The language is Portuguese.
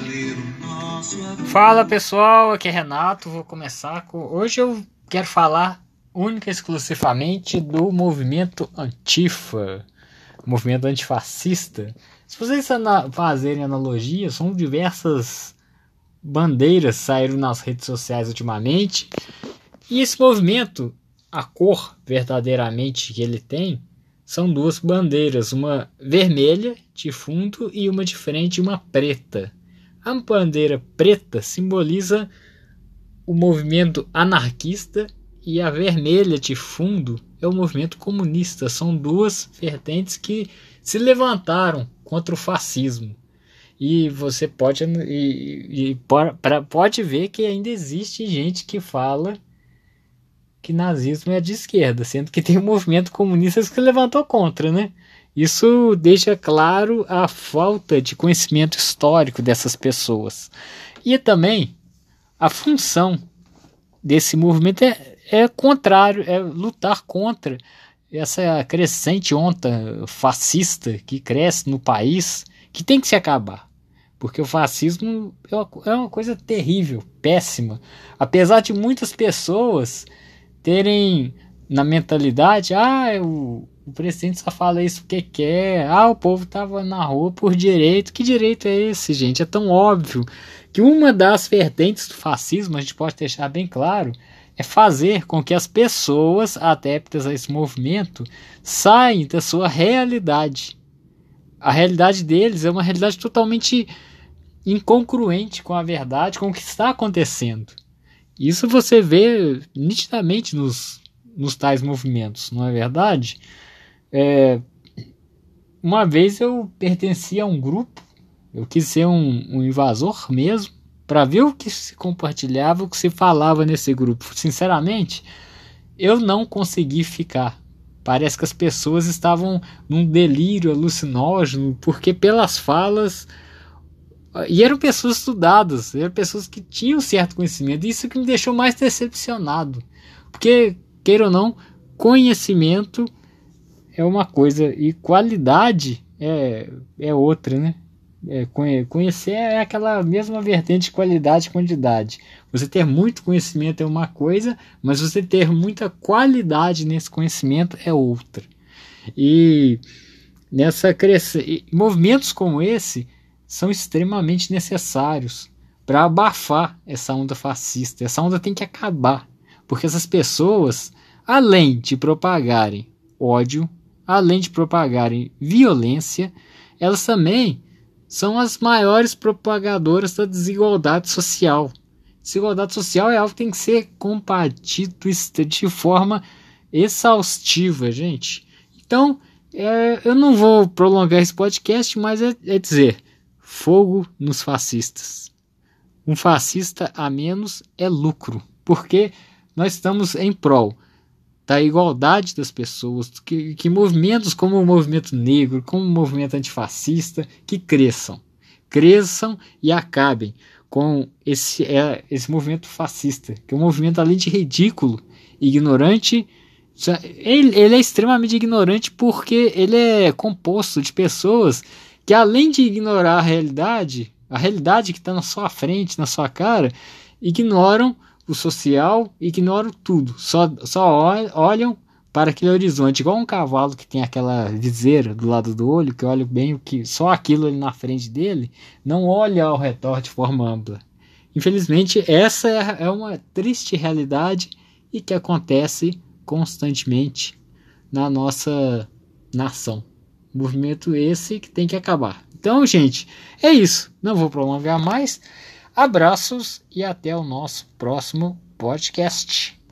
Fala pessoal, aqui é Renato. Hoje eu quero falar única e exclusivamente do movimento Antifa, movimento antifascista. Se vocês fazerem analogia, são diversas bandeiras que saíram nas redes sociais ultimamente. E esse movimento, a cor verdadeiramente que ele tem, são duas bandeiras, uma vermelha de fundo e uma de frente, uma preta. A bandeira preta simboliza o movimento anarquista e a vermelha de fundo é o movimento comunista. São duas vertentes que se levantaram contra o fascismo. E você pode ver que ainda existe gente que fala que nazismo é de esquerda, sendo que tem um movimento comunista que se levantou contra, né? Isso deixa claro a falta de conhecimento histórico dessas pessoas. E também a função desse movimento é contrário, é lutar contra essa crescente onda fascista que cresce no país, que tem que se acabar. Porque o fascismo é uma coisa terrível, péssima. Apesar de muitas pessoas terem na mentalidade, o presidente só fala isso porque quer, o povo estava na rua por direito. Que direito é esse, gente? É tão óbvio que uma das vertentes do fascismo, a gente pode deixar bem claro, é fazer com que as pessoas adeptas a esse movimento saiam da sua realidade. A realidade deles é uma realidade totalmente incongruente com a verdade, com o que está acontecendo. Isso você vê nitidamente nos tais movimentos, não é verdade? Uma vez eu pertencia a um grupo, eu quis ser um invasor mesmo, para ver o que se compartilhava, o que se falava nesse grupo. Sinceramente, eu não consegui ficar. Parece que as pessoas estavam num delírio alucinógeno, porque pelas falas... E eram pessoas estudadas, eram pessoas que tinham certo conhecimento. Isso que me deixou mais decepcionado. Porque, queira ou não, conhecimento é uma coisa e qualidade é outra, né? Conhecer é aquela mesma vertente de qualidade e quantidade. Você ter muito conhecimento é uma coisa, mas você ter muita qualidade nesse conhecimento é outra. E movimentos como esse são extremamente necessários para abafar essa onda fascista. Essa onda tem que acabar, porque essas pessoas, além de propagarem ódio, além de propagarem violência, elas também são as maiores propagadoras da desigualdade social. Desigualdade social é algo que tem que ser combatido de forma exaustiva, gente. Então, eu não vou prolongar esse podcast, mas é dizer... Fogo nos fascistas. Um fascista a menos é lucro, porque nós estamos em prol da igualdade das pessoas, que movimentos como o movimento negro, como o movimento antifascista, que cresçam e acabem com esse movimento fascista, que é um movimento, além de ridículo, ignorante. Ele é extremamente ignorante porque ele é composto de pessoas que, além de ignorar a realidade que está na sua frente, na sua cara, ignoram o social, ignoram tudo, só olham para aquele horizonte, igual um cavalo que tem aquela viseira do lado do olho, que olha bem só aquilo ali na frente dele, não olha ao redor de forma ampla. Infelizmente, essa é uma triste realidade e que acontece constantemente na nossa nação. Movimento esse que tem que acabar. Então, gente, é isso. Não vou prolongar mais. Abraços e até o nosso próximo podcast.